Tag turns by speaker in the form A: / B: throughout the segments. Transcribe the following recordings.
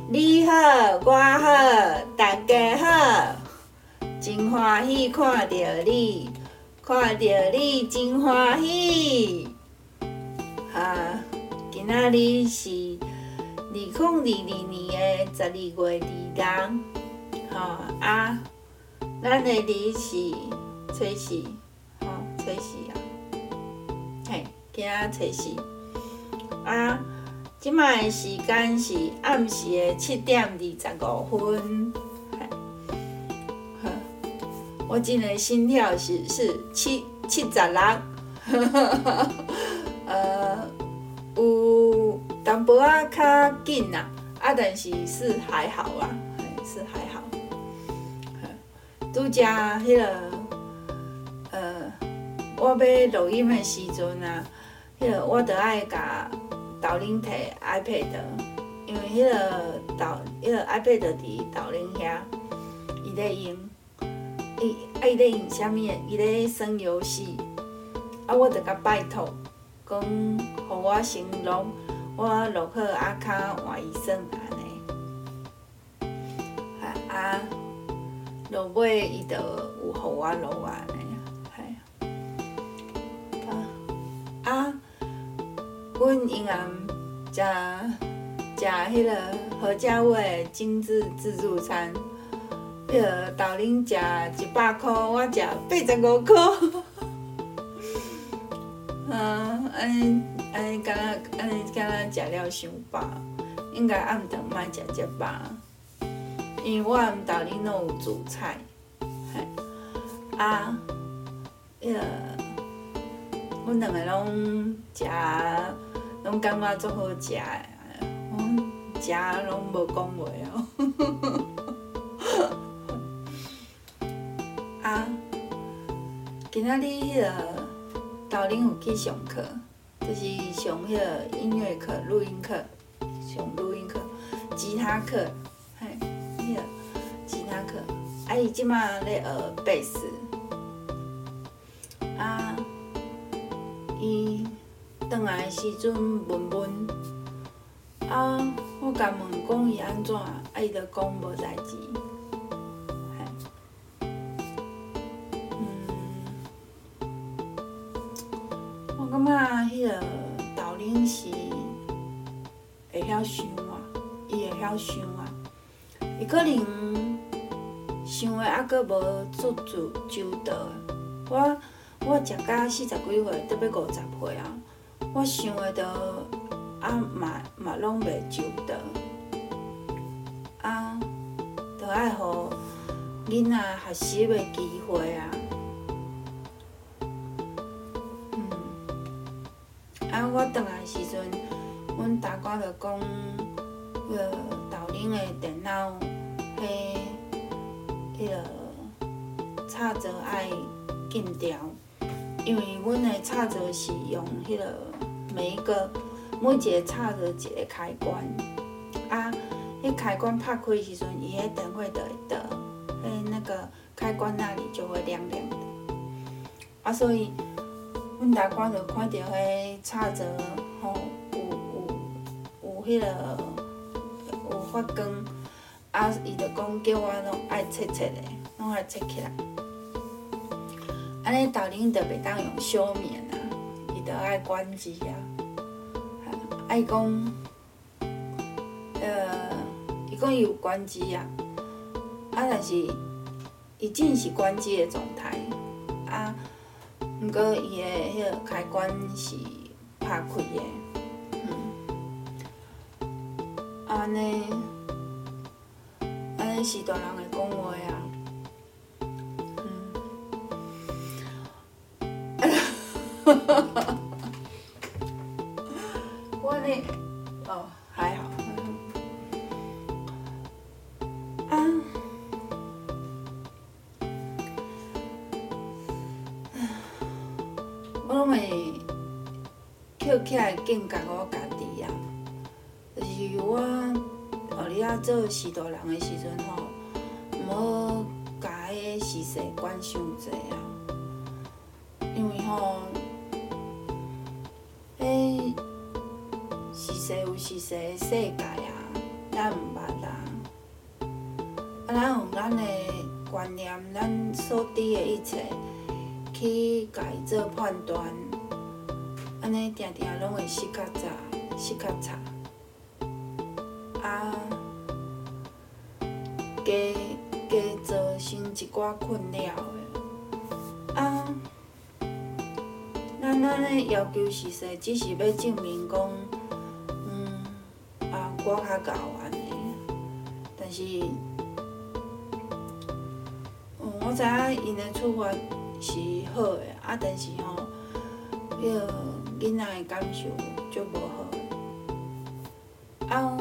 A: 你好，我好，大家好，真欢喜看到你，看到你真欢喜。今仔日是2022年的12月2日，咱的日是初四，初四今仔初四。即摆的时间是暗时的7点25分。我真的心跳是76，有淡薄仔较紧啦，但是还好啊，是还好。拄则迄个我要录音的时阵啊，我就爱甲豆奶摕 iPad， 因为迄个 iPad 伫豆奶遐，伊咧用，伊咧用啥物？伊咧耍游戏，我就甲拜托，讲互我先录，我录好较换伊耍安尼。落尾伊就有互我录安尼。阮用暗食迄个何家伟精致自助餐，迄个豆奶食100块，我食85块。安尼敢若食了伤饱，应该暗顿莫食遮饱，因为我暗豆奶拢有煮菜，迄个阮两个拢食。拢感觉足好食的，食拢无讲话今仔日迄个豆奶有去上课，就是上迄个音乐课、录音课，上录音课、吉他课，迄个吉他课。伊即马咧学贝斯，伊转来的时阵问，我甲问讲伊安怎，伊就讲无代志。我感觉迄个豆奶是会晓想伊会晓想伊可能想的还阁无足周到。我食到40几岁，得要50岁啊。我想的都嘛拢袂周到，就爱互囡仔学习的机会啊。我转来的时阵，阮大哥就讲，迄个豆奶的电脑，迄个插座爱禁掉。因为阮的插座是用迄个每一个插座一个开关，迄开关拍开的时阵，伊迄电火就会倒，那个开关那里就会亮亮的。所以阮大哥就看到迄插座有迄个有发光，伊就讲叫我拢爱切的，拢爱切起来。安尼豆奶就袂当用休眠伊就爱关机伊讲，伊讲伊有关机但是伊真是关机的状态毋过伊的迄个开关是拍开的。安尼是大人会讲话我呢，还好。我拢会捡起来警觉我家己就是我互你做时大人的时阵毋好甲迄时势管伤济因为时势有时势的世界咱毋捌啦。咱用咱的观念，咱所知的一切去家己做判断，安尼定定拢会死较早，死较差。加造成一寡困扰的。咱的要求是说，只是要证明讲，我较够安尼。但是，我知影因的出发是好的，但是吼，迄个囡仔的感受就无好。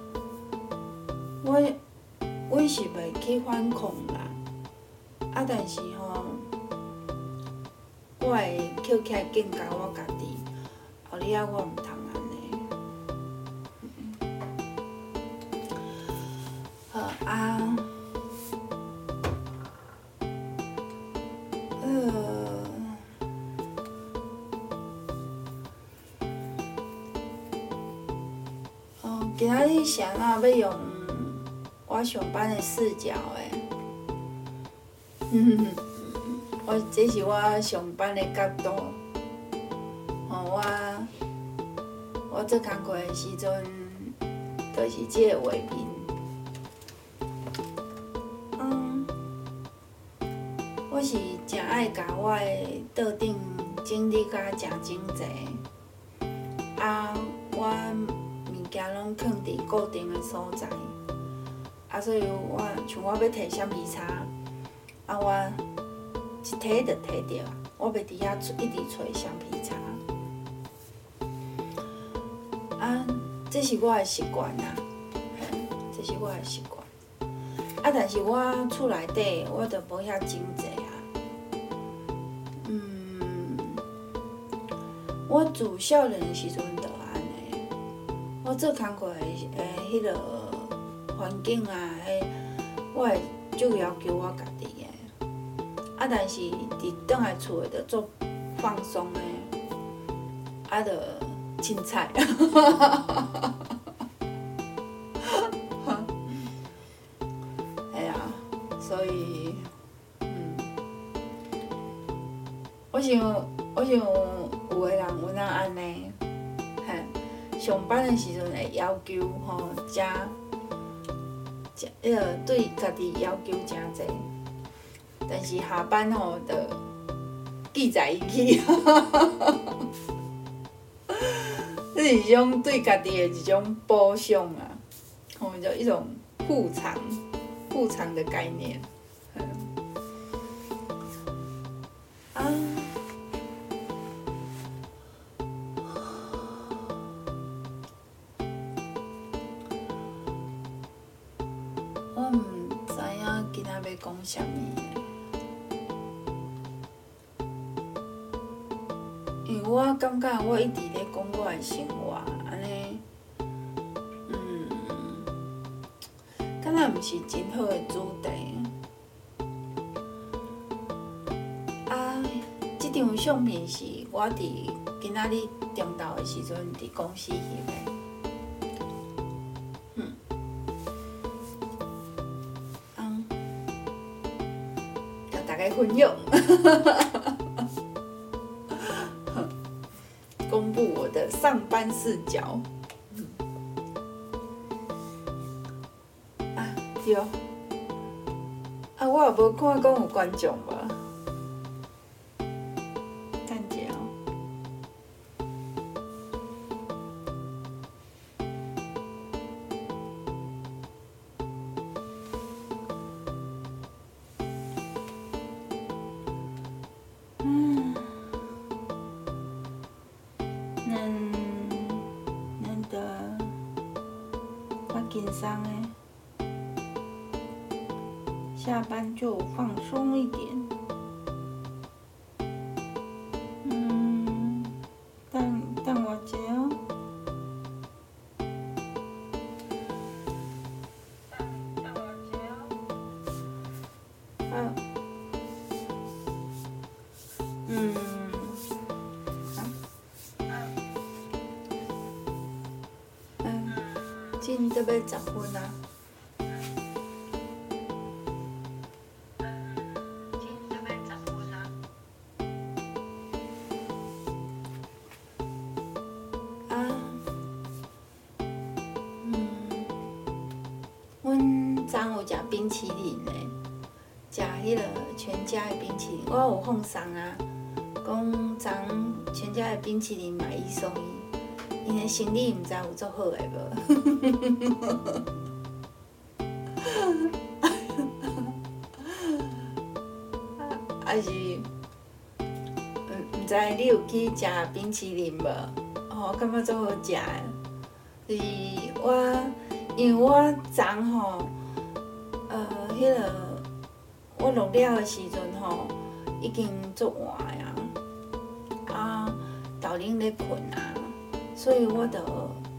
A: 阮是袂去反抗啦，但是吼，我会捡起来警告我家己，后日我毋通安尼。好今仔日谁要用我上班的视角这是我上班的角度。我做工课的时阵，就是这个画面。我是真爱甲我的桌顶整理甲真整齐。我物件拢放伫固定的所在。所以像我要摕橡皮擦，我一摕就摕着，我袂伫遐一直找橡皮擦。这是我的习惯啦，这是我的习惯。但是我厝内底我就无遐整齐啊。我自少年的时阵就安尼，我做工课的迄个环境我会足要求我家己的。但是伫转来厝的就做放松的，就凊彩。所以，我想有的人有哪安尼，上班的时阵会要求对家己要求真济，但是下班就记在伊去，这是一种对家己的一种补偿啊，就一种补偿的概念。我毋知影今仔要讲啥物，因为我感觉我一直咧讲我的生活，安尼，敢若毋是真好的主题。这张相片是我伫今仔日中昼的时阵伫公司翕的。甲大家分享，公布我的上班视角。对，我也无看讲有观众吧。难得较轻松的，下班就放松一点。等我一下哦。 今都要10分啊。阮昨有食冰淇淋的，食迄个全家的冰淇淋，我有放送啊，讲昨全家的冰淇淋买1送1，因的生理毋知有足好诶无？还是毋知你有去食冰淇淋无？我感觉足好食诶，就是因为我昨吼，迄个我录了的时阵吼，已经足晚啊，豆奶咧困啊，所以我就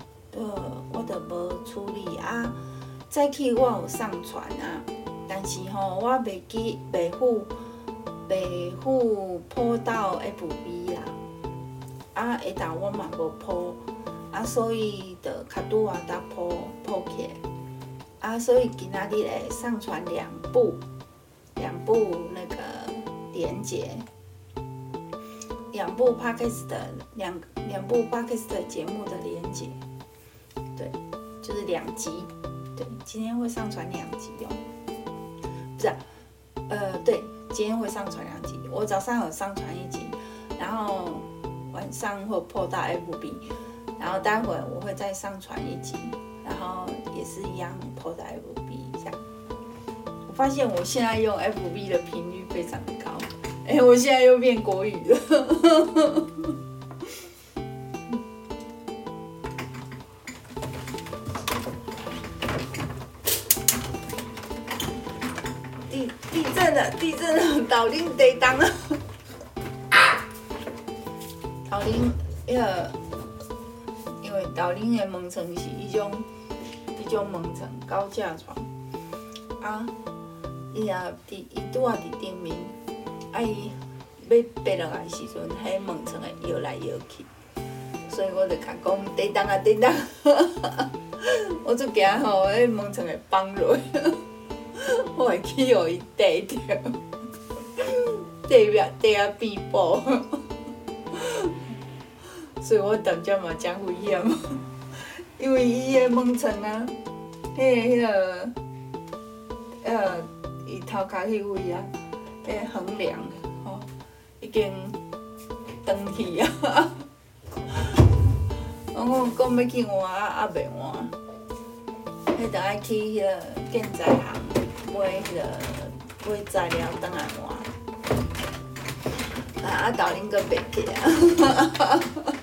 A: 无处理啊。早起我有上传啊，但是吼我袂赴po到 FB 啦，下昼我嘛无po。所以就较拄啊，才po起来，所以今仔日会上传两部那个连结，两部 podcast 节目的连结，对，就是2集，对，今天会上传2集哦，不是对，今天会上传2集，我早上有上传1集，然后晚上会po到 FB。然后待会我会再上传1集，然后也是一样 po 在 FB 这样。我发现我现在用 FB 的频率非常的高，我现在又变国语了。地震了，豆奶地动了。豆奶因为豆奶的门床是迄种门床高架床，伊拄啊伫顶面，伊要爬落来时阵，迄门床会摇来摇去，所以我就甲讲地动啊地动，我就惊吼，迄门床会放落，我会去互伊地着，地啊变布。所以我当阵嘛真危险，因为伊个门床啊，迄个伊头壳迄位啊，迄个横梁吼，已经断去啊。我讲要去换啊，袂换，迄着爱去迄个建材行买材料转来换。豆奶阁袂起啊。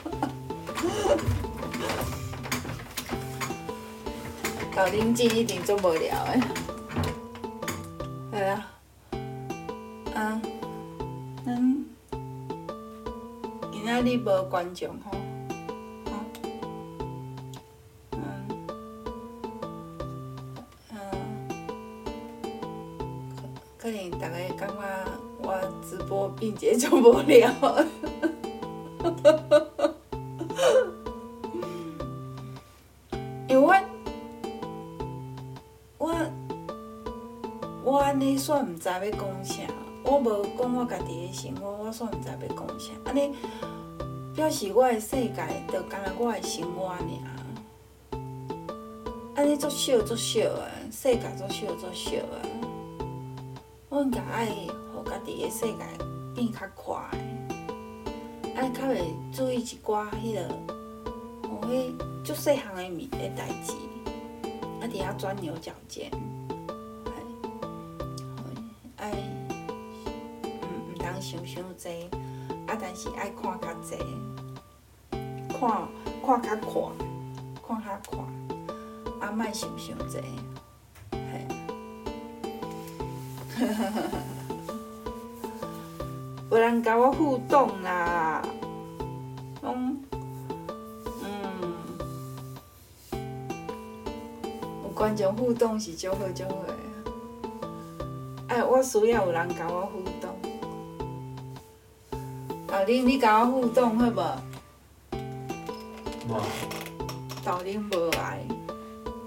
A: 豆奶姐一定足无聊的，系啊，咱今仔日无观众吼，可能大家感觉我直播并且足无聊。因为我安尼煞毋知要讲啥，我无讲我家己的生活，我煞毋知要讲啥。安尼表示我的世界就敢若我的生活尔。安尼足少的，世界足少的。我应该爱互家己的世界变较快的，安尼较袂注意一寡迄个，迄足细项的代志，伫遐钻牛角尖，毋通想济，但是爱看较济，看较快，莫想济，有人甲我互动啦，有观众互动是足好的。我需要有人甲我互动。豆奶，你甲我互动好无？
B: 无。
A: 豆奶无爱。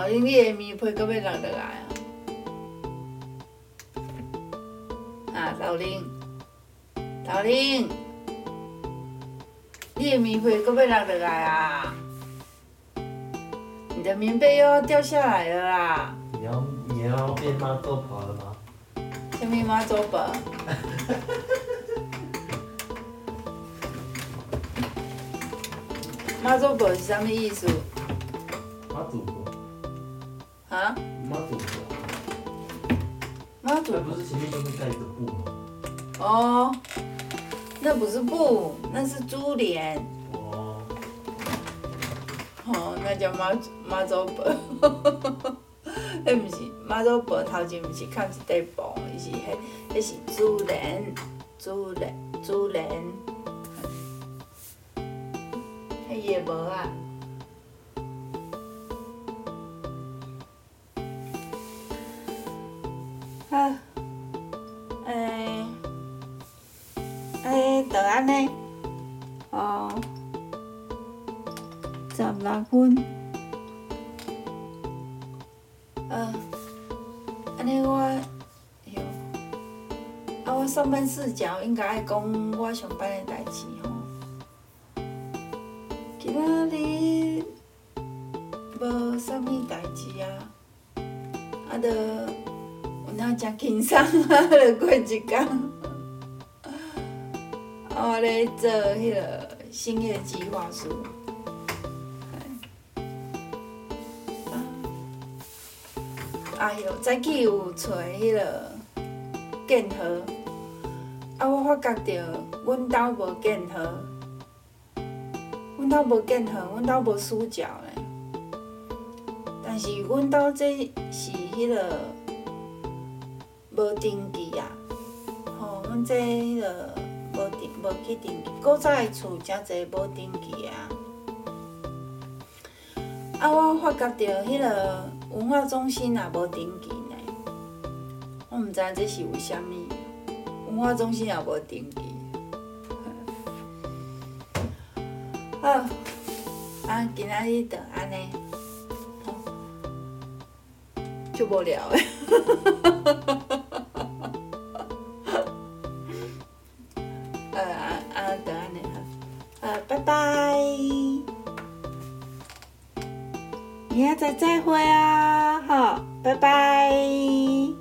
A: 林，你的棉被搁要落来啊？啊，豆林，豆林，你的棉被搁要落来啊？你的棉被又要掉下来了啦！
B: 你要变妈祖婆了吗？
A: 什么妈祖婆？妈祖婆是啥物意思？
B: 妈祖婆。
A: 啊？
B: 妈祖婆。
A: 妈祖
B: 那不是前面都会盖一个布吗？
A: 哦，那不是布，那是珠帘。
B: 哦。
A: 哦，那叫妈祖婆。迄毋是妈祖婆头前毋是盖一块布，伊是迄是珠帘，珠帘。迄伊的帽啊。啊，就安尼。哦，16分。安尼我上班视角应该爱讲我上班的代志吼。今仔日无啥物代志啊，就有哪真轻松就过一天。我咧做迄个兴业计划书。早起有找迄个建和，我发觉着阮兜无建和，阮兜无输脚咧。但是阮兜这是迄个无登记啊，吼，阮这迄个无去登记，古早的厝诚济无登记啊。我发觉着迄个文化中心也无登记呢，我毋知这是为虾米，文化中心也无登记。好，今仔日就安尼，就无聊诶。就安尼哈，拜拜。明仔载再会啊，好，拜拜。